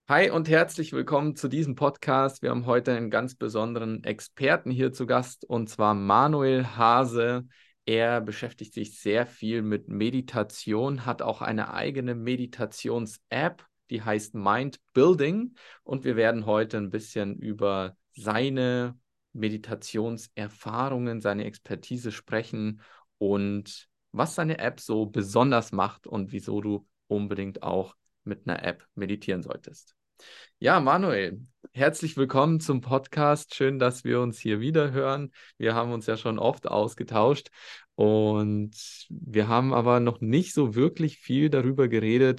Hi und herzlich willkommen zu diesem Podcast. Wir haben heute einen ganz besonderen Experten hier zu Gast, und zwar Manuel Hase. Er beschäftigt sich sehr viel mit Meditation, hat auch eine eigene Meditations-App, die heißt Mind Building. Und wir werden heute ein bisschen über seine Meditationserfahrungen, seine Expertise sprechen und was seine App so besonders macht und wieso du unbedingt auch mit einer App meditieren solltest. Ja, Manuel, herzlich willkommen zum Podcast. Schön, dass wir uns hier wieder hören. Wir haben uns ja schon oft ausgetauscht und wir haben aber noch nicht so wirklich viel darüber geredet,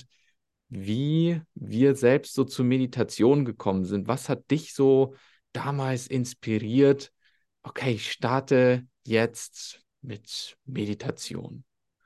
wie wir selbst so zur Meditation gekommen sind. Was hat dich so damals inspiriert? Okay, ich starte jetzt mit Meditation.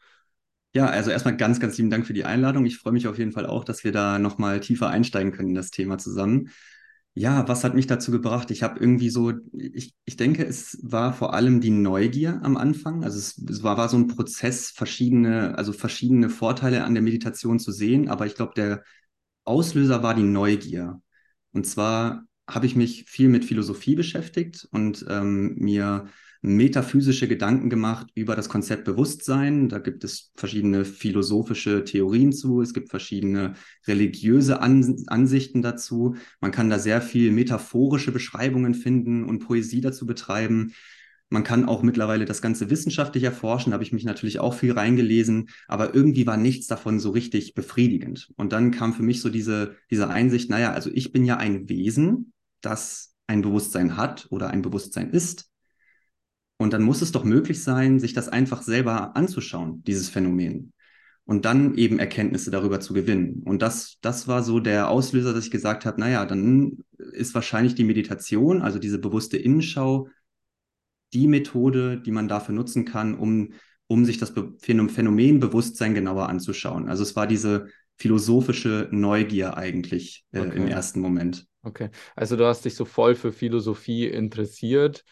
Ja, also erstmal ganz, ganz lieben Dank für die Einladung. Ich freue mich auf jeden Fall auch, dass wir da nochmal tiefer einsteigen können in das Thema zusammen. Ja, was hat mich dazu gebracht? Ich habe irgendwie so, ich denke, es war vor allem die Neugier am Anfang. Also war so ein Prozess, verschiedene Vorteile an der Meditation zu sehen. Aber ich glaube, der Auslöser war die Neugier. Und zwar habe ich mich viel mit Philosophie beschäftigt und mir metaphysische Gedanken gemacht über das Konzept Bewusstsein. Da gibt es verschiedene philosophische Theorien zu, es gibt verschiedene religiöse Ansichten dazu. Man kann da sehr viel metaphorische Beschreibungen finden und Poesie dazu betreiben. Man kann auch mittlerweile das Ganze wissenschaftlich erforschen, da habe ich mich natürlich auch viel reingelesen, aber irgendwie war nichts davon so richtig befriedigend. Und dann kam für mich so diese Einsicht, naja, also ich bin ja ein Wesen, das ein Bewusstsein hat oder ein Bewusstsein ist. Und dann muss es doch möglich sein, sich das einfach selber anzuschauen, dieses Phänomen. Und dann eben Erkenntnisse darüber zu gewinnen. Und das war so der Auslöser, dass ich gesagt habe, naja, dann ist wahrscheinlich die Meditation, also diese bewusste Innenschau, die Methode, die man dafür nutzen kann, um sich das Phänomen Bewusstsein genauer anzuschauen. Also es war diese philosophische Neugier eigentlich im Okay. ersten Moment. Okay, also du hast dich so voll für Philosophie interessiert,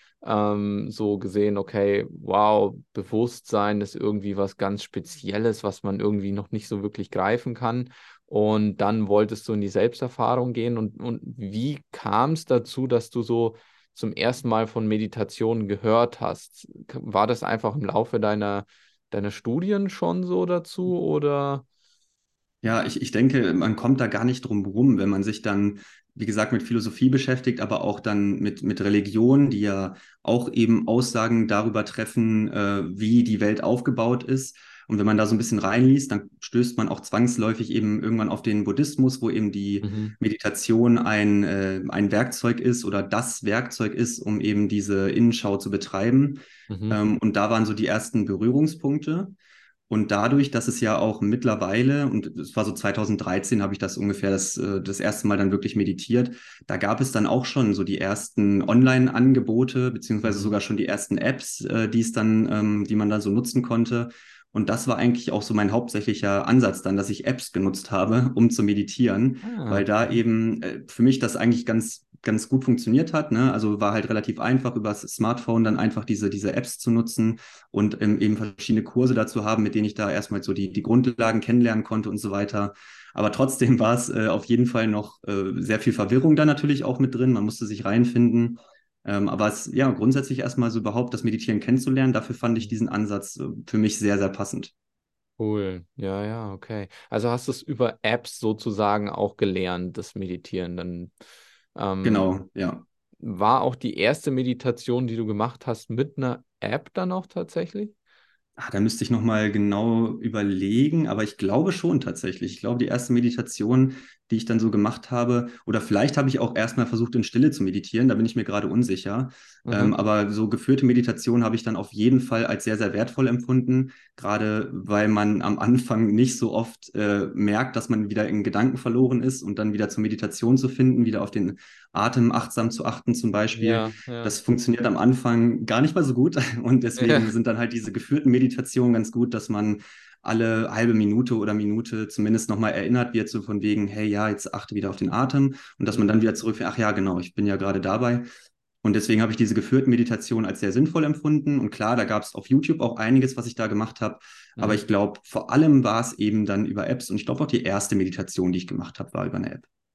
so gesehen, okay, wow, Bewusstsein ist irgendwie was ganz Spezielles, was man irgendwie noch nicht so wirklich greifen kann. Und dann wolltest du in die Selbsterfahrung gehen. Und wie kam es dazu, dass du so zum ersten Mal von Meditation gehört hast? War das einfach im Laufe deiner Studien schon so dazu oder? Ja, ich denke, man kommt da gar nicht drum rum, wenn man sich dann, wie gesagt, mit Philosophie beschäftigt, aber auch dann mit Religion, die ja auch eben Aussagen darüber treffen, wie die Welt aufgebaut ist. Und wenn man da so ein bisschen reinliest, dann stößt man auch zwangsläufig eben irgendwann auf den Buddhismus, wo eben die Mhm, Meditation ein Werkzeug ist oder das Werkzeug ist, um eben diese Innenschau zu betreiben. mhm, Und da waren so die ersten Berührungspunkte. Und dadurch, dass es ja auch mittlerweile, und es war so 2013, habe ich das ungefähr das erste Mal dann wirklich meditiert, da gab es dann auch schon so die ersten Online-Angebote, beziehungsweise mhm. sogar schon die ersten Apps, die man dann so nutzen konnte. Und das war eigentlich auch so mein hauptsächlicher Ansatz dann, dass ich Apps genutzt habe, um zu meditieren, weil Ah, da mhm, eben für mich das eigentlich ganz gut funktioniert hat, ne? Also war halt relativ einfach, über das Smartphone dann einfach diese Apps zu nutzen und eben verschiedene Kurse dazu haben, mit denen ich da erstmal so die Grundlagen kennenlernen konnte und so weiter. Aber trotzdem war es auf jeden Fall noch sehr viel Verwirrung da natürlich auch mit drin. Man musste sich reinfinden. Aber ja, grundsätzlich erstmal so überhaupt das Meditieren kennenzulernen, dafür fand ich diesen Ansatz für mich sehr, sehr passend. cool. Ja, ja, okay. Also hast du es über Apps sozusagen auch gelernt, das Meditieren. Dann ähm, Genau, ja. war auch die erste Meditation, die du gemacht hast, mit einer App dann auch tatsächlich? Da müsste ich nochmal genau überlegen, aber ich glaube schon tatsächlich. Ich glaube, die erste Meditation, die ich dann so gemacht habe, oder vielleicht habe ich auch erstmal versucht, in Stille zu meditieren, da bin ich mir gerade unsicher. Aha. Aber so geführte Meditation habe ich dann auf jeden Fall als sehr, sehr wertvoll empfunden, gerade weil man am Anfang nicht so oft merkt, dass man wieder in Gedanken verloren ist und dann wieder zur Meditation zu finden, wieder auf den Atem achtsam zu achten zum Beispiel. Ja, ja. Das funktioniert am Anfang gar nicht mal so gut und deswegen Ja. sind dann halt diese geführten Meditationen ganz gut, dass man alle halbe Minute oder Minute zumindest nochmal erinnert wird, so von wegen, hey, ja, jetzt achte wieder auf den Atem und dass man dann Mhm. wieder zurückfährt, ach ja, genau, ich bin ja gerade dabei. Und deswegen habe ich diese geführten Meditationen als sehr sinnvoll empfunden. Und klar, da gab es auf YouTube auch einiges, was ich da gemacht habe. Aber Mhm. ich glaube, vor allem war es eben dann über Apps. Und ich glaube auch die erste Meditation, die ich gemacht habe, war über eine App.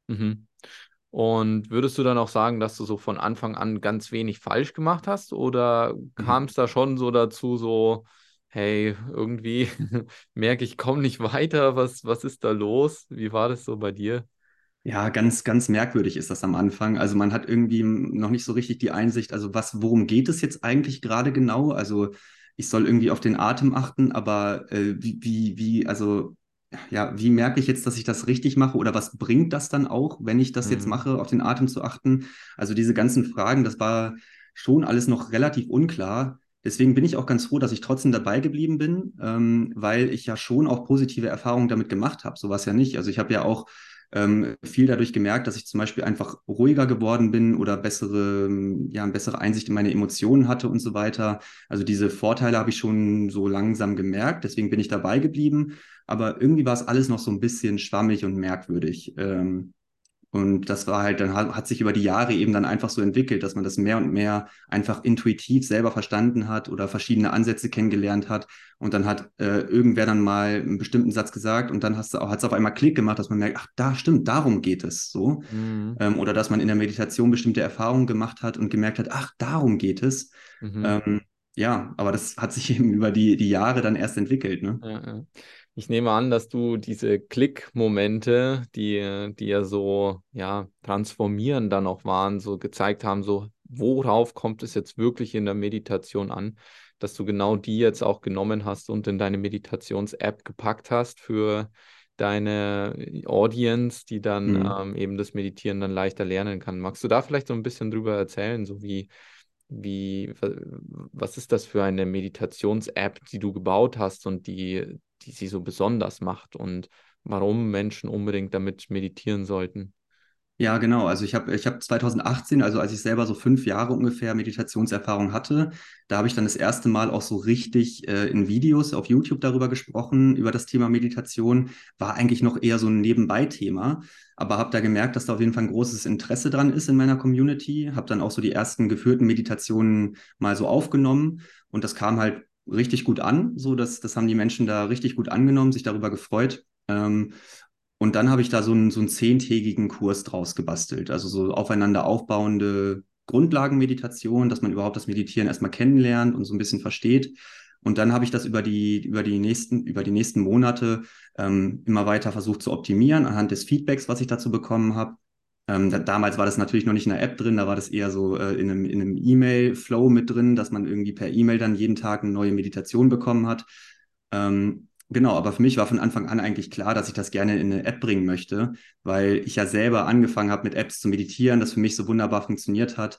Mhm. Und würdest du dann auch sagen, dass du so von Anfang an ganz wenig falsch gemacht hast? Oder kam Mhm. es da schon so dazu, so, hey, irgendwie merke ich, komme nicht weiter, was ist da los? Wie war das so bei dir? Ja, ganz, ganz merkwürdig ist das am Anfang. Also man hat irgendwie noch nicht so richtig die Einsicht, also worum geht es jetzt eigentlich gerade genau? Also ich soll irgendwie auf den Atem achten, aber also ja, wie merke ich jetzt, dass ich das richtig mache oder was bringt das dann auch, wenn ich das jetzt Mhm. mache, auf den Atem zu achten? Also diese ganzen Fragen, das war schon alles noch relativ unklar. Deswegen bin ich auch ganz froh, dass ich trotzdem dabei geblieben bin, weil ich ja schon auch positive Erfahrungen damit gemacht habe. So war es ja nicht. Also ich habe ja auch viel dadurch gemerkt, dass ich zum Beispiel einfach ruhiger geworden bin oder eine bessere Einsicht in meine Emotionen hatte und so weiter. Also diese Vorteile habe ich schon so langsam gemerkt, deswegen bin ich dabei geblieben. Aber irgendwie war es alles noch so ein bisschen schwammig und merkwürdig. Und das war halt, hat sich über die Jahre eben dann einfach so entwickelt, dass man das mehr und mehr einfach intuitiv selber verstanden hat oder verschiedene Ansätze kennengelernt hat. Und dann hat irgendwer dann mal einen bestimmten Satz gesagt und dann hat es auf einmal Klick gemacht, dass man merkt, ach, da stimmt, darum geht es so. Mhm. Oder dass man in der Meditation bestimmte Erfahrungen gemacht hat und gemerkt hat, ach, darum geht es. Mhm. Ähm, ja, aber das hat sich eben über die Jahre dann erst entwickelt, ne? Ja, ja. Ich nehme an, dass du diese Klick-Momente, die ja so, ja, transformierend dann auch waren, so gezeigt haben, so, worauf kommt es jetzt wirklich in der Meditation an, dass du genau die jetzt auch genommen hast und in deine Meditations-App gepackt hast für deine Audience, die dann Mhm. eben das Meditieren dann leichter lernen kann. Magst du da vielleicht so ein bisschen drüber erzählen, so was ist das für eine Meditations-App, die du gebaut hast und die sie so besonders macht und warum Menschen unbedingt damit meditieren sollten? Ja, genau. Also ich hab 2018, also als ich selber so 5 Jahre ungefähr Meditationserfahrung hatte, da habe ich dann das erste Mal auch so richtig in Videos auf YouTube darüber gesprochen, über das Thema Meditation. War eigentlich noch eher so ein Nebenbei-Thema, aber habe da gemerkt, dass da auf jeden Fall ein großes Interesse dran ist in meiner Community. Habe dann auch so die ersten geführten Meditationen mal so aufgenommen und das kam halt richtig gut an. So, das haben die Menschen da richtig gut angenommen, sich darüber gefreut. Und dann habe ich da so einen 10-tägigen Kurs draus gebastelt. Also so aufeinander aufbauende Grundlagenmeditation, dass man überhaupt das Meditieren erstmal kennenlernt und so ein bisschen versteht. Und dann habe ich das über die nächsten Monate immer weiter versucht zu optimieren anhand des Feedbacks, was ich dazu bekommen habe. Damals war das natürlich noch nicht in der App drin, da war das eher so in einem E-Mail-Flow mit drin, dass man irgendwie per E-Mail dann jeden Tag eine neue Meditation bekommen hat. Genau, aber für mich war von Anfang an eigentlich klar, dass ich das gerne in eine App bringen möchte, weil ich ja selber angefangen habe, mit Apps zu meditieren, das für mich so wunderbar funktioniert hat,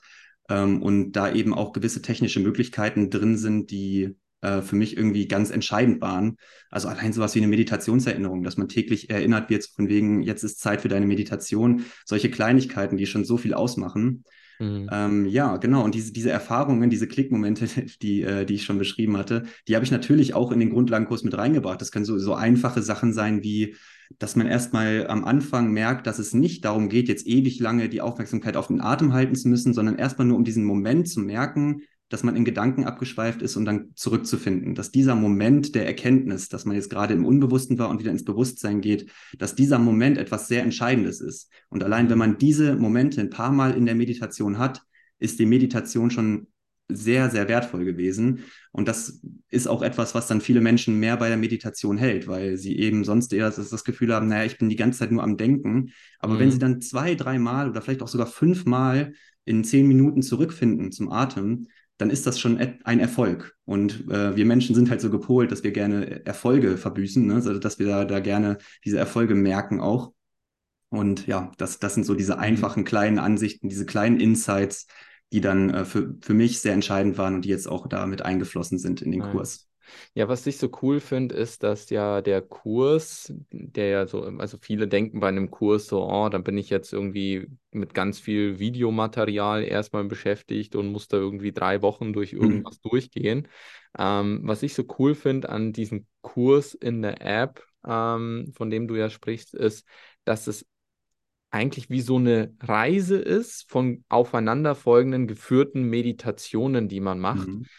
und da eben auch gewisse technische Möglichkeiten drin sind, die für mich irgendwie ganz entscheidend waren. Also allein sowas wie eine Meditationserinnerung, dass man täglich erinnert wird, von wegen, jetzt ist Zeit für deine Meditation. Solche Kleinigkeiten, die schon so viel ausmachen. Mhm. Ja, genau. Und diese Erfahrungen, diese Klickmomente, die ich schon beschrieben hatte, die habe ich natürlich auch in den Grundlagenkurs mit reingebracht. Das können so einfache Sachen sein wie, dass man erstmal am Anfang merkt, dass es nicht darum geht, jetzt ewig lange die Aufmerksamkeit auf den Atem halten zu müssen, sondern erstmal nur um diesen Moment zu merken, dass man in Gedanken abgeschweift ist und dann zurückzufinden. Dass dieser Moment der Erkenntnis, dass man jetzt gerade im Unbewussten war und wieder ins Bewusstsein geht, dass dieser Moment etwas sehr Entscheidendes ist. Und allein wenn Mhm. man diese Momente ein paar Mal in der Meditation hat, ist die Meditation schon sehr, sehr wertvoll gewesen. Und das ist auch etwas, was dann viele Menschen mehr bei der Meditation hält, weil sie eben sonst eher das Gefühl haben, naja, ich bin die ganze Zeit nur am Denken. Aber wenn sie Mhm. dann 2, 3 Mal oder vielleicht auch sogar 5 Mal in 10 Minuten zurückfinden zum Atem, dann ist das schon ein Erfolg. Und wir Menschen sind halt so gepolt, dass wir gerne Erfolge verbüßen, ne? Also, dass wir da gerne diese Erfolge merken auch. Und ja, das sind so diese Mhm. einfachen kleinen Ansichten, diese kleinen Insights, die dann für mich sehr entscheidend waren und die jetzt auch da mit eingeflossen sind in den Nice. Kurs. Ja, was ich so cool finde, ist, dass ja der Kurs, der ja so, also viele denken bei einem Kurs so, oh, dann bin ich jetzt irgendwie mit ganz viel Videomaterial erstmal beschäftigt und muss da irgendwie 3 Wochen durch Mhm. irgendwas durchgehen. Was ich so cool finde an diesem Kurs in der App, von dem du ja sprichst, ist, dass es eigentlich wie so eine Reise ist von aufeinanderfolgenden geführten Meditationen, die man macht, Mhm.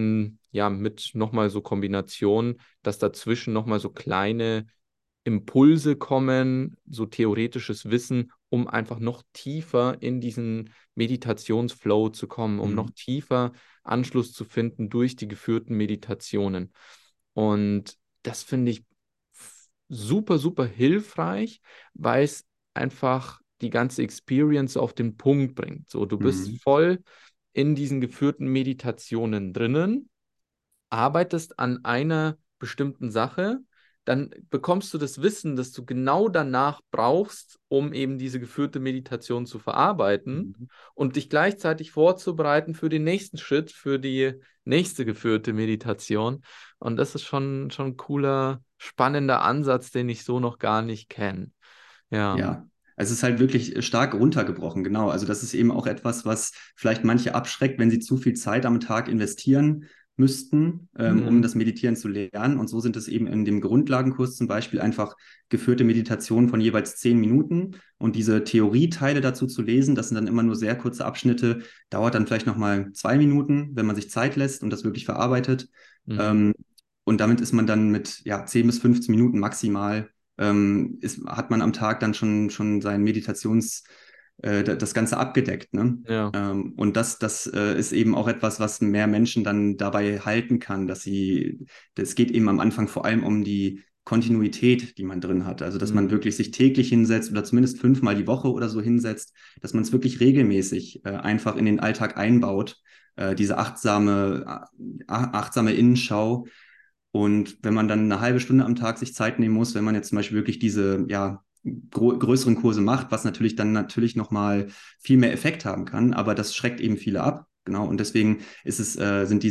ja, mit nochmal so Kombinationen, dass dazwischen nochmal so kleine Impulse kommen, so theoretisches Wissen, um einfach noch tiefer in diesen Meditationsflow zu kommen, um noch Mhm. tiefer Anschluss zu finden durch die geführten Meditationen. Und das finde ich super, super hilfreich, weil es einfach die ganze Experience auf den Punkt bringt. So, du bist Mhm. voll in diesen geführten Meditationen drinnen, arbeitest an einer bestimmten Sache, dann bekommst du das Wissen, das du genau danach brauchst, um eben diese geführte Meditation zu verarbeiten Mhm. und dich gleichzeitig vorzubereiten für den nächsten Schritt, für die nächste geführte Meditation. Und das ist schon ein cooler, spannender Ansatz, den ich so noch gar nicht kenne. Ja. Ja, es ist halt wirklich stark runtergebrochen, genau. Also das ist eben auch etwas, was vielleicht manche abschreckt, wenn sie zu viel Zeit am Tag investieren müssten, um Mhm. das Meditieren zu lernen. Und so sind es eben in dem Grundlagenkurs zum Beispiel einfach geführte Meditationen von jeweils 10 Minuten. Und diese Theorieteile dazu zu lesen, das sind dann immer nur sehr kurze Abschnitte, dauert dann vielleicht nochmal 2 Minuten, wenn man sich Zeit lässt und das wirklich verarbeitet. Mhm. Ähm, und damit ist man dann mit ja, 10 bis 15 Minuten maximal hat man am Tag dann schon sein das Ganze abgedeckt, ne? Ja. Und das ist eben auch etwas, was mehr Menschen dann dabei halten kann, das geht eben am Anfang vor allem um die Kontinuität, die man drin hat. Also, dass man Mhm. wirklich sich täglich hinsetzt oder zumindest 5-mal die Woche oder so hinsetzt, dass man es wirklich regelmäßig einfach in den Alltag einbaut, diese achtsame Innenschau. Und wenn man dann eine halbe Stunde am Tag sich Zeit nehmen muss, wenn man jetzt zum Beispiel wirklich diese, ja, größeren Kurse macht, was natürlich dann natürlich nochmal viel mehr Effekt haben kann, aber das schreckt eben viele ab. Genau, und deswegen sind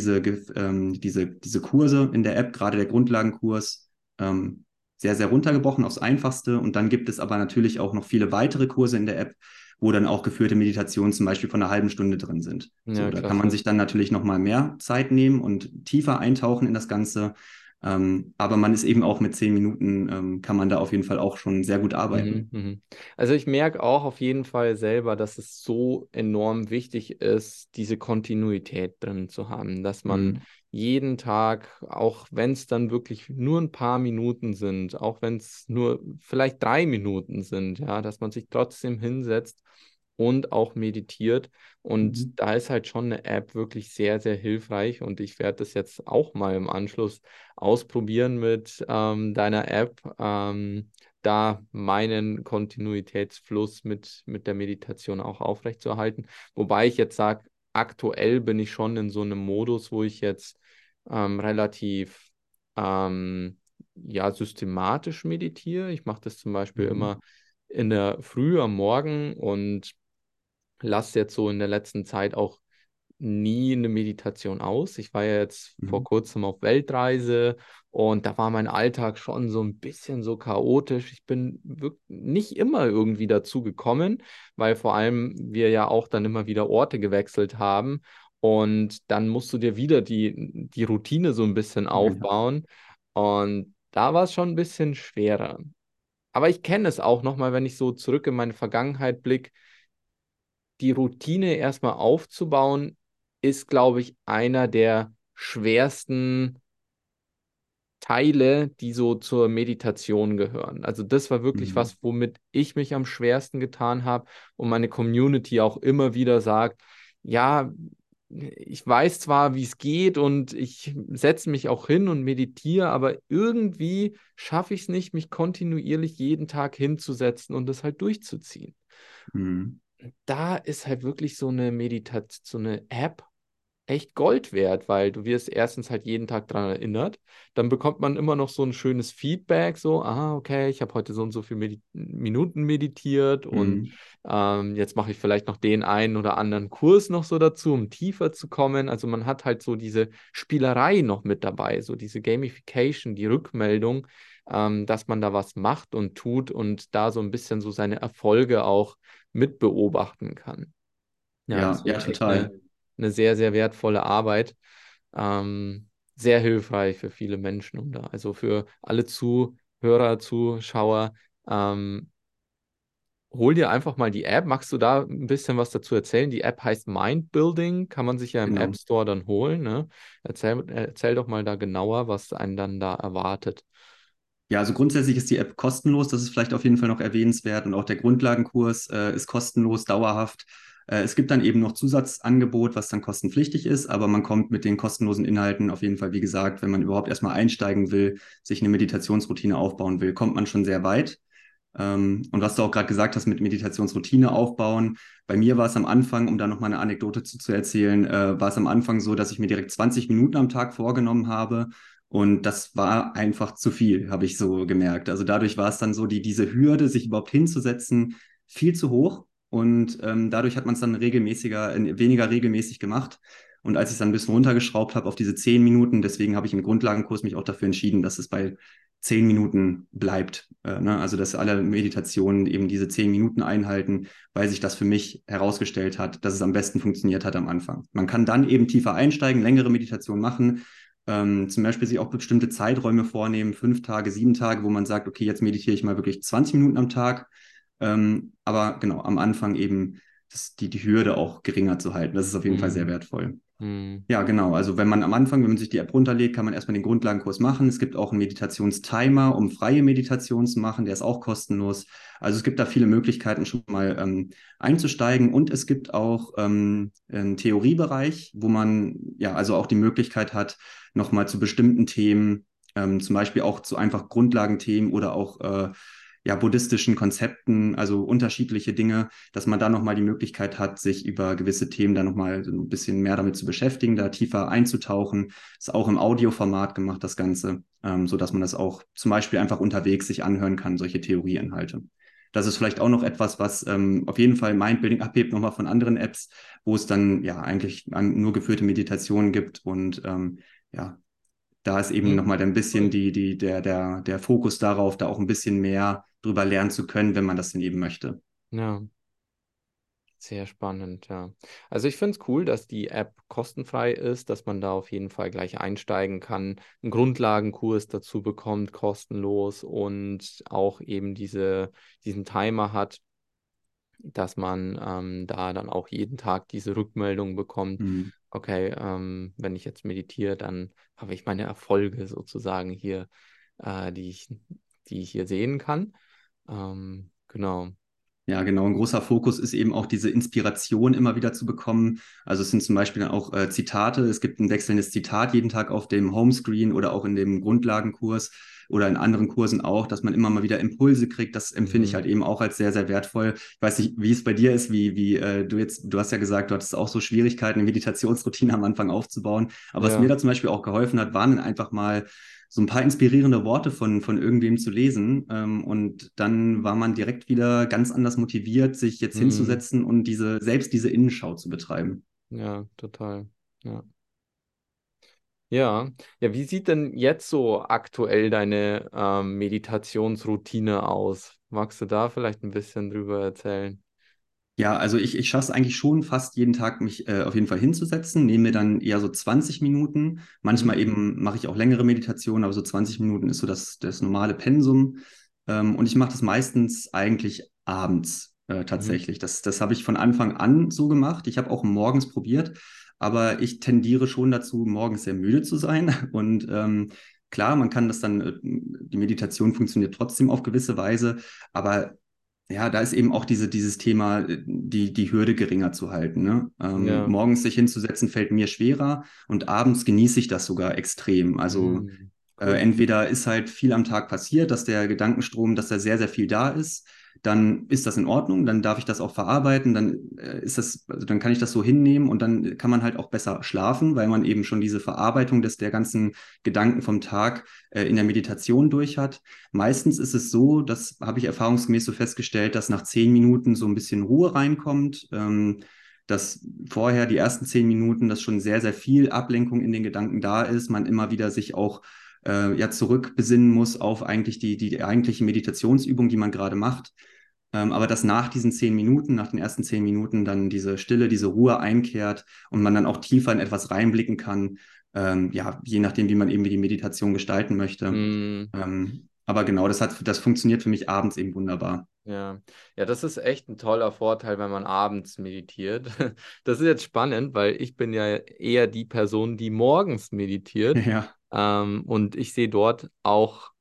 diese Kurse in der App, gerade der Grundlagenkurs, sehr, sehr runtergebrochen aufs Einfachste. Und dann gibt es aber natürlich auch noch viele weitere Kurse in der App, wo dann auch geführte Meditationen zum Beispiel von einer halben Stunde drin sind. So, Ja, da kann man klasse. sich dann natürlich nochmal mehr Zeit nehmen und tiefer eintauchen in das Ganze. Aber man ist eben auch mit 10 Minuten, kann man da auf jeden Fall auch schon sehr gut Mhm, arbeiten. mhm. Also ich merke auch auf jeden Fall selber, dass es so enorm wichtig ist, diese Kontinuität drin zu haben, dass man Mhm. jeden Tag, auch wenn es dann wirklich nur ein paar Minuten sind, auch wenn es nur vielleicht 3 Minuten sind, ja, dass man sich trotzdem hinsetzt und auch meditiert. Und Mhm. da ist halt schon eine App wirklich sehr, sehr hilfreich. Und ich werde das jetzt auch mal im Anschluss ausprobieren mit deiner App. Da meinen Kontinuitätsfluss mit der Meditation auch aufrechtzuerhalten. Wobei ich jetzt sage, aktuell bin ich schon in so einem Modus, wo ich jetzt relativ ähm, ja, systematisch meditiere. Ich mache das zum Beispiel Mhm. immer in der Früh am Morgen und lasse jetzt so in der letzten Zeit auch nie eine Meditation aus. Ich war ja jetzt vor Mhm. kurzem auf Weltreise und da war mein Alltag schon so ein bisschen so chaotisch. Ich bin wirklich nicht immer irgendwie dazu gekommen, weil vor allem wir ja auch dann immer wieder Orte gewechselt haben und dann musst du dir wieder die Routine so ein bisschen Ja. aufbauen und da war es schon ein bisschen schwerer. Aber ich kenne es auch nochmal, wenn ich so zurück in meine Vergangenheit blicke, die Routine erstmal aufzubauen, ist, glaube ich, einer der schwersten Teile, die so zur Meditation gehören. Also das war wirklich Mhm. was, womit ich mich am schwersten getan habe und meine Community auch immer wieder sagt, ja, ich weiß zwar, wie es geht und ich setze mich auch hin und meditiere, aber irgendwie schaffe ich es nicht, mich kontinuierlich jeden Tag hinzusetzen und das halt durchzuziehen. Mhm. Da ist halt wirklich so eine Meditation, so eine App echt Gold wert, weil du wirst erstens halt jeden Tag daran erinnert. Dann bekommt man immer noch so ein schönes Feedback, so, okay, ich habe heute so und so viele Minuten meditiert und Mhm. jetzt mache ich vielleicht noch den einen oder anderen Kurs noch so dazu, um tiefer zu kommen. Also man hat halt so diese Spielerei noch mit dabei, so diese Gamification, die Rückmeldung, dass man da was macht und tut und da so ein bisschen so seine Erfolge auch mit beobachten kann. Ja, das Ja, ja, finde ich echt total. eine sehr, sehr wertvolle Arbeit. Sehr hilfreich für viele Menschen und da. Also für alle Zuhörer, Zuschauer, ähm, hol dir einfach mal die App. Magst du da ein bisschen was dazu erzählen? Die App heißt Mind Building, kann man sich ja im App Genau. Store dann holen, ne? Erzähl doch mal da genauer, was einen dann da erwartet. Ja, also grundsätzlich ist die App kostenlos, das ist vielleicht auf jeden Fall noch erwähnenswert und auch der Grundlagenkurs ist kostenlos, dauerhaft. Es gibt dann eben noch Zusatzangebot, was dann kostenpflichtig ist, aber man kommt mit den kostenlosen Inhalten auf jeden Fall, wie gesagt, wenn man überhaupt erstmal einsteigen will, sich eine Meditationsroutine aufbauen will, kommt man schon sehr weit. Und was du auch gerade gesagt hast mit Meditationsroutine aufbauen, bei mir war es am Anfang, um da nochmal eine Anekdote zu erzählen, war es am Anfang so, dass ich mir direkt 20 Minuten am Tag vorgenommen habe. Und das war einfach zu viel, habe ich so gemerkt. Also dadurch war es dann so, diese Hürde, sich überhaupt hinzusetzen, viel zu hoch. Und dadurch hat man es dann weniger regelmäßig gemacht. Und als ich es dann ein bisschen runtergeschraubt habe auf diese 10 Minuten, deswegen habe ich im Grundlagenkurs mich auch dafür entschieden, dass es bei 10 Minuten bleibt. Ne? Also dass alle Meditationen eben diese 10 Minuten einhalten, weil sich das für mich herausgestellt hat, dass es am besten funktioniert hat am Anfang. Man kann dann eben tiefer einsteigen, längere Meditationen machen, zum Beispiel sich auch bestimmte Zeiträume vornehmen, 5 Tage, 7 Tage, wo man sagt, okay, jetzt meditiere ich mal wirklich 20 Minuten am Tag. Aber genau, am Anfang eben die Hürde auch geringer zu halten. Das ist auf jeden Fall sehr Mhm. wertvoll. Mhm. Ja, genau. Also wenn man sich die App runterlädt, kann man erstmal den Grundlagenkurs machen. Es gibt auch einen Meditationstimer, um freie Meditation zu machen. Der ist auch kostenlos. Also es gibt da viele Möglichkeiten, schon mal einzusteigen. Und es gibt auch einen Theoriebereich, wo man ja also auch die Möglichkeit hat, nochmal zu bestimmten Themen, zum Beispiel auch zu einfach Grundlagenthemen oder auch ja, buddhistischen Konzepten, also unterschiedliche Dinge, dass man da nochmal die Möglichkeit hat, sich über gewisse Themen da nochmal so ein bisschen mehr damit zu beschäftigen, da tiefer einzutauchen. Ist auch im Audioformat gemacht, das Ganze, so dass man das auch zum Beispiel einfach unterwegs sich anhören kann, solche Theorieinhalte. Das ist vielleicht auch noch etwas, was auf jeden Fall Mindbuilding abhebt, nochmal von anderen Apps, wo es dann ja eigentlich nur geführte Meditationen gibt und ja, da ist eben Mhm. nochmal ein bisschen Cool. der Fokus darauf, da auch ein bisschen mehr drüber lernen zu können, wenn man das denn eben möchte. Ja. Sehr spannend, ja. Also ich finde es cool, dass die App kostenfrei ist, dass man da auf jeden Fall gleich einsteigen kann, einen Grundlagenkurs dazu bekommt, kostenlos und auch eben diesen Timer hat, dass man da dann auch jeden Tag diese Rückmeldung bekommt. Mhm. Okay, wenn ich jetzt meditiere, dann habe ich meine Erfolge sozusagen hier, die ich hier sehen kann. Genau. Ja, genau. Ein großer Fokus ist eben auch diese Inspiration immer wieder zu bekommen. Also es sind zum Beispiel dann auch Zitate. Es gibt ein wechselndes Zitat jeden Tag auf dem Homescreen oder auch in dem Grundlagenkurs oder in anderen Kursen auch, dass man immer mal wieder Impulse kriegt. Das empfinde ich halt Mhm. eben auch als sehr, sehr wertvoll. Ich weiß nicht, wie es bei dir ist, wie du hast ja gesagt, du hattest auch so Schwierigkeiten, eine Meditationsroutine am Anfang aufzubauen. Aber was mir Ja. da zum Beispiel auch geholfen hat, waren dann einfach mal so ein paar inspirierende Worte von irgendwem zu lesen. Und dann war man direkt wieder ganz anders motiviert, sich jetzt Mhm. hinzusetzen und selbst diese Innenschau zu betreiben. Ja, total. Ja. Ja. Ja, wie sieht denn jetzt so aktuell deine Meditationsroutine aus? Magst du da vielleicht ein bisschen drüber erzählen? Ja, also ich schaffe es eigentlich schon fast jeden Tag, mich auf jeden Fall hinzusetzen, nehme mir dann eher so 20 Minuten. Manchmal Mhm. eben mache ich auch längere Meditationen, aber so 20 Minuten ist so das normale Pensum. Und ich mache das meistens eigentlich abends Mhm. tatsächlich. Das habe ich von Anfang an so gemacht. Ich habe auch morgens probiert, aber ich tendiere schon dazu, morgens sehr müde zu sein. Und klar, man kann das dann, die Meditation funktioniert trotzdem auf gewisse Weise, aber ja, da ist eben auch dieses Thema, die Hürde geringer zu halten. Ne? Ja. Morgens sich hinzusetzen fällt mir schwerer und abends genieße ich das sogar extrem. Also Mhm. Cool. entweder ist halt viel am Tag passiert, dass der Gedankenstrom, dass da sehr, sehr viel da ist, dann ist das in Ordnung, dann darf ich das auch verarbeiten, dann also dann kann ich das so hinnehmen und dann kann man halt auch besser schlafen, weil man eben schon diese Verarbeitung der ganzen Gedanken vom Tag in der Meditation durch hat. Meistens ist es so, das habe ich erfahrungsgemäß so festgestellt, dass nach 10 Minuten so ein bisschen Ruhe reinkommt. Dass vorher die ersten 10 Minuten, dass schon sehr, sehr viel Ablenkung in den Gedanken da ist, man immer wieder sich auch ja zurückbesinnen muss auf eigentlich die eigentliche Meditationsübung, die man gerade macht. Aber dass nach diesen 10 Minuten, nach den ersten 10 Minuten dann diese Stille, diese Ruhe einkehrt und man dann auch tiefer in etwas reinblicken kann, ja, je nachdem, wie man eben die Meditation gestalten möchte. Mhm. Aber genau, das funktioniert für mich abends eben wunderbar. Ja. Ja, das ist echt ein toller Vorteil, wenn man abends meditiert. Das ist jetzt spannend, weil ich bin ja eher die Person, die morgens meditiert. Ja. Und ich sehe dort auch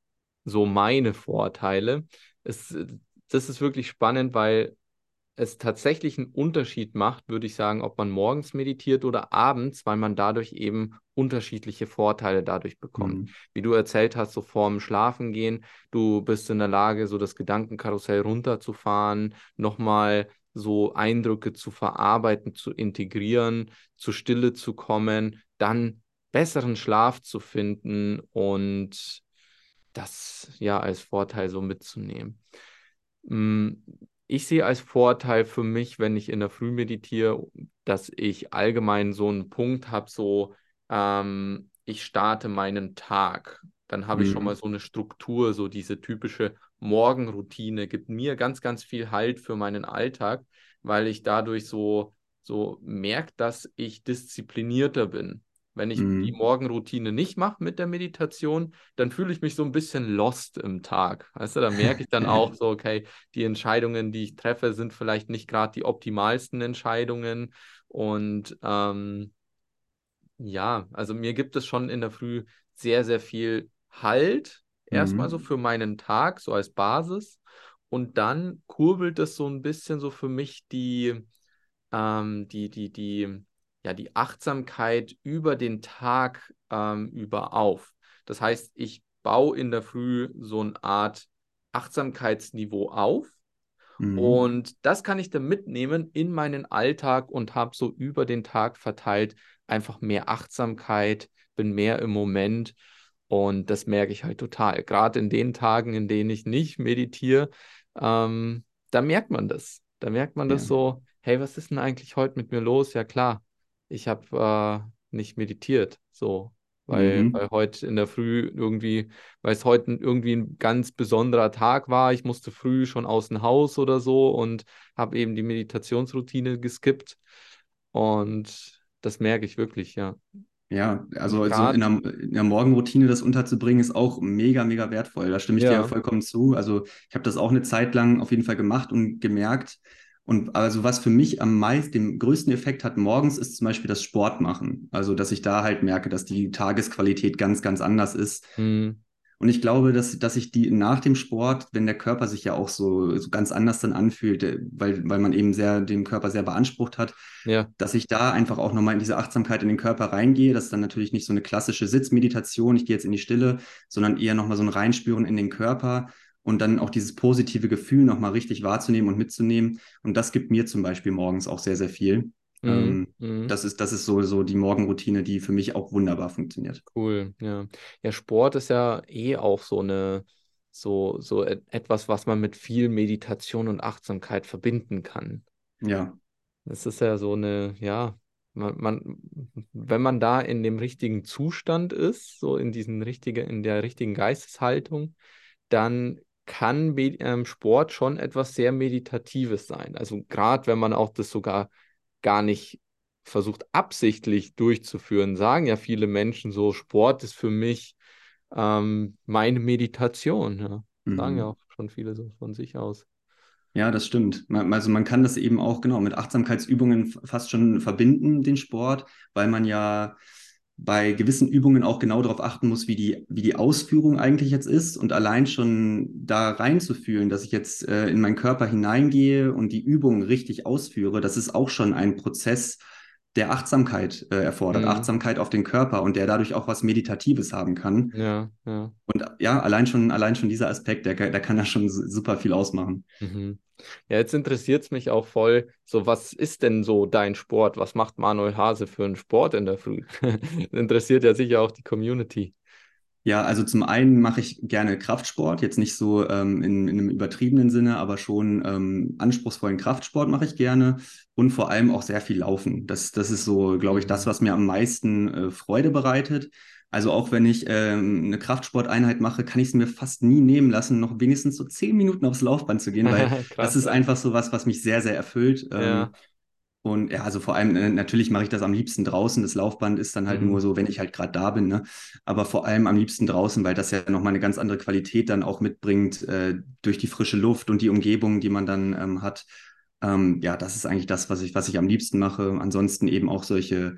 so meine Vorteile. Es, das ist wirklich spannend, weil es tatsächlich einen Unterschied macht, würde ich sagen, ob man morgens meditiert oder abends, weil man dadurch eben unterschiedliche Vorteile dadurch bekommt. Mhm. Wie du erzählt hast, so vorm Schlafengehen, du bist in der Lage, so das Gedankenkarussell runterzufahren, nochmal so Eindrücke zu verarbeiten, zu integrieren, zur Stille zu kommen, dann besseren Schlaf zu finden und das ja als Vorteil so mitzunehmen. Mm, Ich sehe als Vorteil für mich, wenn ich in der Früh meditiere, dass ich allgemein so einen Punkt habe, so ich starte meinen Tag. Dann habe ich schon mal Mhm. so eine Struktur, so diese typische Morgenroutine gibt mir ganz, ganz viel Halt für meinen Alltag, weil ich dadurch so merke, dass ich disziplinierter bin. Wenn ich die Mhm. Morgenroutine nicht mache mit der Meditation, dann fühle ich mich so ein bisschen lost im Tag. Weißt du, da merke ich dann auch so, okay, die Entscheidungen, die ich treffe, sind vielleicht nicht gerade die optimalsten Entscheidungen. Und ja, also mir gibt es schon in der Früh sehr, sehr viel Halt, erstmal so Mhm. für meinen Tag, so als Basis. Und dann kurbelt es so ein bisschen so für mich ja, die Achtsamkeit über den Tag über auf. Das heißt, ich baue in der Früh so eine Art Achtsamkeitsniveau auf Mhm. und das kann ich dann mitnehmen in meinen Alltag und habe so über den Tag verteilt einfach mehr Achtsamkeit, bin mehr im Moment und das merke ich halt total. Gerade in den Tagen, in denen ich nicht meditiere, da merkt man das. Da merkt man das Ja. so, hey, was ist denn eigentlich heute mit mir los? Ja klar, ich habe nicht meditiert, so, Mhm. weil heute in der Früh irgendwie weil es heute irgendwie ein ganz besonderer Tag war. Ich musste früh schon aus dem Haus oder so und habe eben die Meditationsroutine geskippt. Und das merke ich wirklich, ja. Ja, Und also so gerade, in der Morgenroutine das unterzubringen, ist auch mega, mega wertvoll. Da stimme ich dir ja, vollkommen zu. Also ich habe das auch eine Zeit lang auf jeden Fall gemacht und gemerkt. Und also was für mich am meisten, den größten Effekt hat morgens, ist zum Beispiel das Sport machen. Also dass ich da halt merke, dass die Tagesqualität ganz, ganz anders ist. mm, Und ich glaube, dass ich die nach dem Sport, wenn der Körper sich ja auch so ganz anders dann anfühlt, weil man eben sehr den Körper sehr beansprucht hat, ja, dass ich da einfach auch nochmal in diese Achtsamkeit in den Körper reingehe. Das ist dann natürlich nicht so eine klassische Sitzmeditation, ich gehe jetzt in die Stille, sondern eher nochmal so ein Reinspüren in den Körper und dann auch dieses positive Gefühl nochmal richtig wahrzunehmen und mitzunehmen. Und das gibt mir zum Beispiel morgens auch sehr, sehr viel. mm, mm, Das ist so die Morgenroutine, die für mich auch wunderbar funktioniert. cool, ja. Ja, Sport ist ja eh auch so etwas, was man mit viel Meditation und Achtsamkeit verbinden kann. Ja. Das ist ja so eine, ja, wenn man da in dem richtigen Zustand ist, so in der richtigen Geisteshaltung, dann kann Sport schon etwas sehr Meditatives sein. Also gerade wenn man auch das sogar gar nicht versucht, absichtlich durchzuführen, sagen ja viele Menschen so, Sport ist für mich meine Meditation. Ja. Sagen ja Mhm. auch schon viele so von sich aus. Ja, das stimmt. Also man kann das eben auch genau mit Achtsamkeitsübungen fast schon verbinden, den Sport, weil man ja bei gewissen Übungen auch genau darauf achten muss, wie die Ausführung eigentlich jetzt ist und allein schon da reinzufühlen, dass ich jetzt in meinen Körper hineingehe und die Übung richtig ausführe, das ist auch schon ein Prozess, der Achtsamkeit erfordert, Mhm. Achtsamkeit auf den Körper und der dadurch auch was Meditatives haben kann. Ja, ja. Und ja, allein schon dieser Aspekt, der kann da schon super viel ausmachen. Mhm. Ja, jetzt interessiert es mich auch voll, so was ist denn so dein Sport? Was macht Manuel Hase für einen Sport in der Früh? Interessiert ja sicher auch die Community. Ja, also zum einen mache ich gerne Kraftsport, jetzt nicht so in einem übertriebenen Sinne, aber schon anspruchsvollen Kraftsport mache ich gerne und vor allem auch sehr viel Laufen. Das ist so, glaube ich, das, Mhm. was mir am meisten Freude bereitet. Also auch wenn ich eine Kraftsporteinheit mache, kann ich es mir fast nie nehmen lassen, noch wenigstens so 10 Minuten aufs Laufband zu gehen, weil das Krass, ist ja. einfach so was, was mich sehr, sehr erfüllt. Ja. Und ja, also vor allem, natürlich mache ich das am liebsten draußen. Das Laufband ist dann halt nur Mhm. so, wenn ich halt gerade da bin, ne? Aber vor allem am liebsten draußen, weil das ja nochmal eine ganz andere Qualität dann auch mitbringt, durch die frische Luft und die Umgebung, die man dann hat. Ja, das ist eigentlich das, was ich am liebsten mache. Ansonsten eben auch solche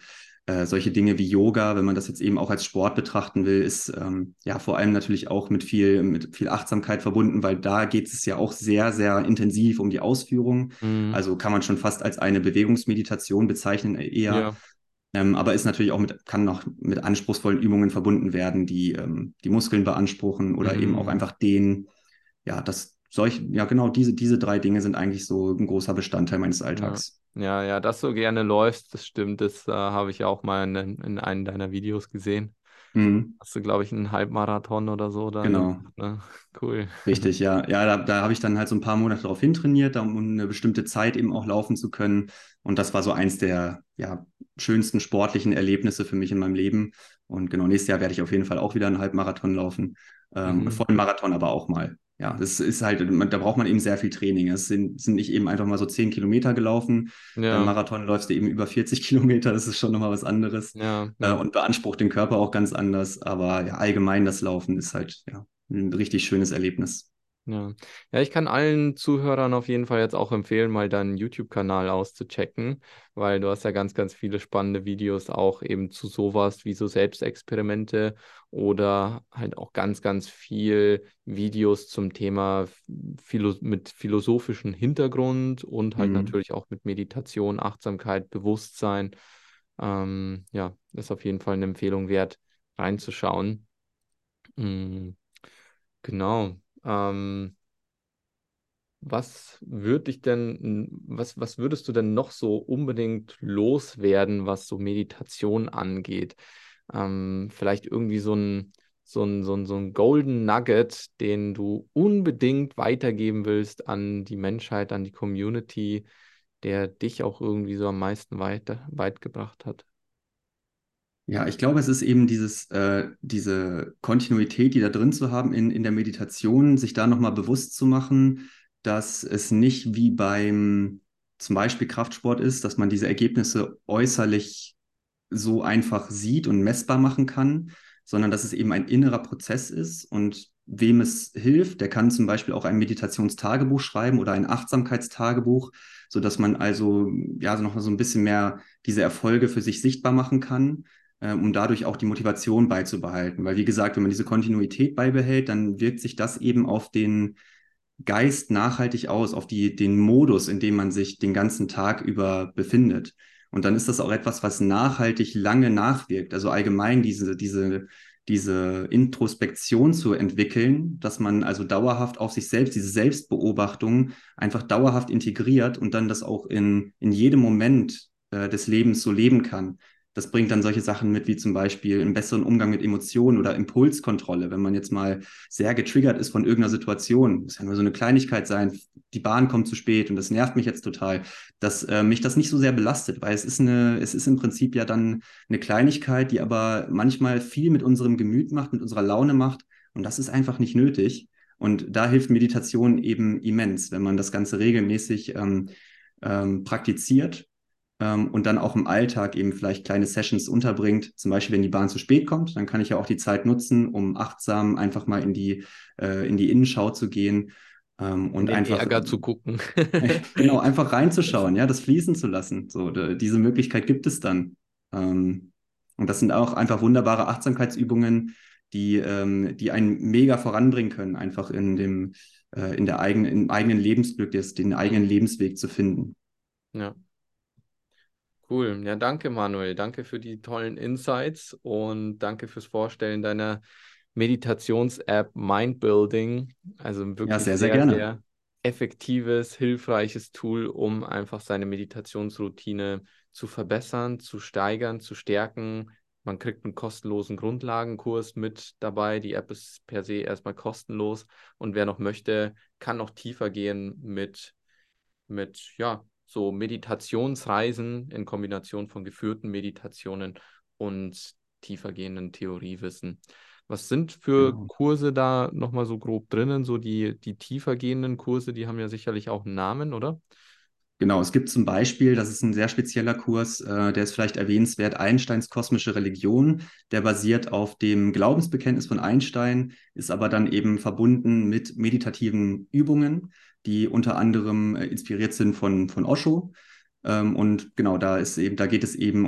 solche Dinge wie Yoga, wenn man das jetzt eben auch als Sport betrachten will, ist ja vor allem natürlich auch mit viel Achtsamkeit verbunden, weil da geht es ja auch sehr, sehr intensiv um die Ausführung. Mhm. Also kann man schon fast als eine Bewegungsmeditation bezeichnen, eher. Ja, Aber ist natürlich auch kann noch mit anspruchsvollen Übungen verbunden werden, die die Muskeln beanspruchen oder eben auch mhm. einfach ja, ja genau, diese drei Dinge sind eigentlich so ein großer Bestandteil meines Ja. Alltags. Ja, ja, dass du gerne läufst, das stimmt, das habe ich auch mal in einem deiner Videos gesehen. Mhm, Hast du, glaube ich, einen Halbmarathon oder so da gemacht, genau. ne? Cool. Richtig, ja. Ja, da habe ich dann halt so ein paar Monate darauf hintrainiert, um eine bestimmte Zeit eben auch laufen zu können. Und das war so eins der ja, schönsten sportlichen Erlebnisse für mich in meinem Leben. Und genau, nächstes Jahr werde ich auf jeden Fall auch wieder einen Halbmarathon laufen. Mhm. Vollen Marathon aber auch mal. Ja, das ist halt, da braucht man eben sehr viel Training. Sind nicht eben einfach mal so 10 Kilometer gelaufen. Beim Ja, Marathon läufst du eben über 40 Kilometer, das ist schon nochmal was anderes. ja, ja. Und beansprucht den Körper auch ganz anders. Aber ja, allgemein das Laufen ist halt ja ein richtig schönes Erlebnis. Ja. Ja, ich kann allen Zuhörern auf jeden Fall jetzt auch empfehlen, mal deinen YouTube-Kanal auszuchecken, weil du hast ja ganz, ganz viele spannende Videos auch eben zu sowas wie so Selbstexperimente oder halt auch ganz, ganz viel Videos zum Thema mit philosophischem Hintergrund und halt Mhm. natürlich auch mit Meditation, Achtsamkeit, Bewusstsein. Ja, ist auf jeden Fall eine Empfehlung wert, reinzuschauen. Mm, genau. Was würdest du denn noch so unbedingt loswerden, was so Meditation angeht? Vielleicht irgendwie so ein Golden Nugget, den du unbedingt weitergeben willst an die Menschheit, an die Community, der dich auch irgendwie so am meisten weit gebracht hat. Ja, ich glaube, es ist eben diese Kontinuität, die da drin zu haben in der Meditation, sich da nochmal bewusst zu machen, dass es nicht wie beim zum Beispiel Kraftsport ist, dass man diese Ergebnisse äußerlich so einfach sieht und messbar machen kann, sondern dass es eben ein innerer Prozess ist und wem es hilft, der kann zum Beispiel auch ein Meditationstagebuch schreiben oder ein Achtsamkeitstagebuch, sodass man also ja so noch so ein bisschen mehr diese Erfolge für sich sichtbar machen kann, um dadurch auch die Motivation beizubehalten. Weil wie gesagt, wenn man diese Kontinuität beibehält, dann wirkt sich das eben auf den Geist nachhaltig aus, auf den Modus, in dem man sich den ganzen Tag über befindet. Und dann ist das auch etwas, was nachhaltig lange nachwirkt. Also allgemein diese Introspektion zu entwickeln, dass man also dauerhaft auf sich selbst, diese Selbstbeobachtung einfach dauerhaft integriert und dann das auch in jedem Moment des Lebens so leben kann. Das bringt dann solche Sachen mit, wie zum Beispiel einen besseren Umgang mit Emotionen oder Impulskontrolle. Wenn man jetzt mal sehr getriggert ist von irgendeiner Situation, das kann nur so eine Kleinigkeit sein, die Bahn kommt zu spät und das nervt mich jetzt total, dass mich das nicht so sehr belastet, weil es ist im Prinzip ja dann eine Kleinigkeit, die aber manchmal viel mit unserem Gemüt macht, mit unserer Laune macht und das ist einfach nicht nötig. Und da hilft Meditation eben immens, wenn man das Ganze regelmäßig praktiziert und dann auch im Alltag eben vielleicht kleine Sessions unterbringt. Zum Beispiel, wenn die Bahn zu spät kommt, dann kann ich ja auch die Zeit nutzen, um achtsam einfach mal in die Innenschau zu gehen In und den einfach, Ärger zu gucken. genau, einfach reinzuschauen, ja, das fließen zu lassen. So, diese Möglichkeit gibt es dann. Und das sind auch einfach wunderbare Achtsamkeitsübungen, die einen mega voranbringen können, einfach im eigenen Lebensglück, den eigenen Mhm. Lebensweg zu finden. Ja. Cool. Ja, danke, Manuel. Danke für die tollen Insights und danke fürs Vorstellen deiner Meditations-App Mindbuilding. Also ein Ja, wirklich sehr, sehr sehr, gerne. sehr effektives, hilfreiches Tool, um einfach seine Meditationsroutine zu verbessern, zu steigern, zu stärken. Man kriegt einen kostenlosen Grundlagenkurs mit dabei. Die App ist per se erstmal kostenlos und wer noch möchte, kann noch tiefer gehen mit ja, so Meditationsreisen in Kombination von geführten Meditationen und tiefergehenden Theoriewissen. Was sind für Genau. Kurse da nochmal so grob drinnen? So die tiefergehenden Kurse, die haben ja sicherlich auch einen Namen, oder? Genau, es gibt zum Beispiel, das ist ein sehr spezieller Kurs, der ist vielleicht erwähnenswert, Einsteins kosmische Religion. Der basiert auf dem Glaubensbekenntnis von Einstein, ist aber dann eben verbunden mit meditativen Übungen, die unter anderem inspiriert sind von Osho. Und genau, da geht es eben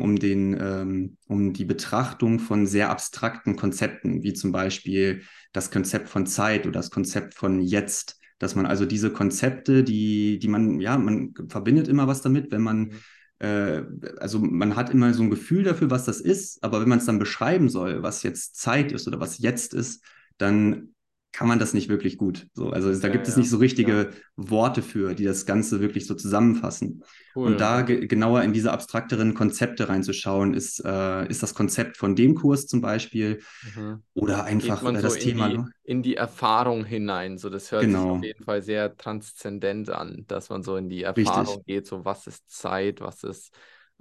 um die Betrachtung von sehr abstrakten Konzepten, wie zum Beispiel das Konzept von Zeit oder das Konzept von Jetzt. Dass man also diese Konzepte, die man, ja, man verbindet immer was damit, wenn man, Mhm. äh, also man hat immer so ein Gefühl dafür, was das ist, aber wenn man es dann beschreiben soll, was jetzt Zeit ist oder was jetzt ist, dann kann man das nicht wirklich gut. So, also da Ja, gibt es nicht ja, so ja. richtige Worte für, die das Ganze wirklich so zusammenfassen. Cool. Und Und da dann, genauer in diese abstrakteren Konzepte reinzuschauen, ist das Konzept von dem Kurs zum Beispiel mhm. oder Geht einfach man so das Thema, in die Erfahrung hinein. So, das hört sich auf genau, jeden Fall sehr transzendent an, dass man so in die richtig. Erfahrung geht, so was ist Zeit, was ist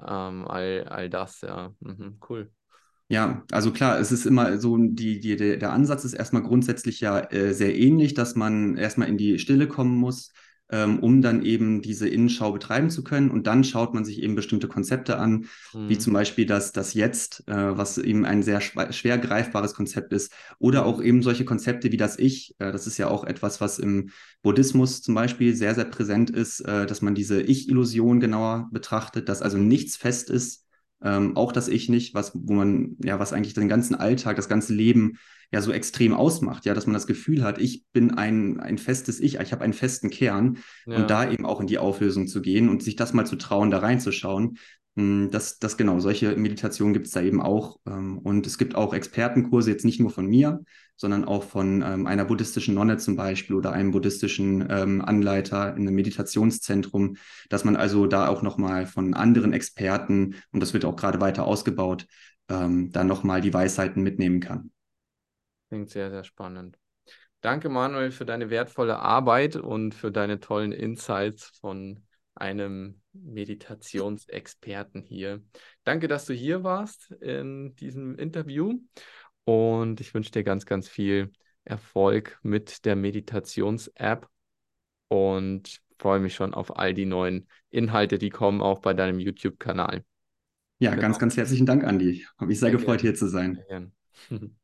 all das, ja. Mhm, cool. Ja, also klar, es ist immer so, der Ansatz ist erstmal grundsätzlich ja sehr ähnlich, dass man erstmal in die Stille kommen muss, um dann eben diese Innenschau betreiben zu können. Und dann schaut man sich eben bestimmte Konzepte an, wie Mhm. zum Beispiel das Jetzt, was eben ein sehr schwer greifbares Konzept ist. Oder auch Mhm. eben solche Konzepte wie das Ich. Das ist ja auch etwas, was im Buddhismus zum Beispiel sehr, sehr präsent ist, dass man diese Ich-Illusion genauer betrachtet, dass also Mhm. nichts fest ist, auch das Ich nicht, was eigentlich den ganzen Alltag, das ganze Leben ja so extrem ausmacht, ja, dass man das Gefühl hat, ich bin ein festes Ich habe einen festen Kern und Ja. da eben auch in die Auflösung zu gehen und sich das mal zu trauen, da reinzuschauen. Das genau, solche Meditationen gibt es da eben auch. Und es gibt auch Expertenkurse, jetzt nicht nur von mir, sondern auch von einer buddhistischen Nonne zum Beispiel oder einem buddhistischen Anleiter in einem Meditationszentrum, dass man also da auch nochmal von anderen Experten, und das wird auch gerade weiter ausgebaut, dann nochmal die Weisheiten mitnehmen kann. Klingt sehr, sehr spannend. Danke, Manuel, für deine wertvolle Arbeit und für deine tollen Insights von einem Meditationsexperten hier. Danke, dass du hier warst in diesem Interview und ich wünsche dir ganz, ganz viel Erfolg mit der Meditations-App und freue mich schon auf all die neuen Inhalte, die kommen, auch bei deinem YouTube-Kanal. Ja, ganz, Genau, ganz herzlichen Dank, Andi. Habe mich sehr sehr gefreut, hier gern. zu sein. Sehr gern.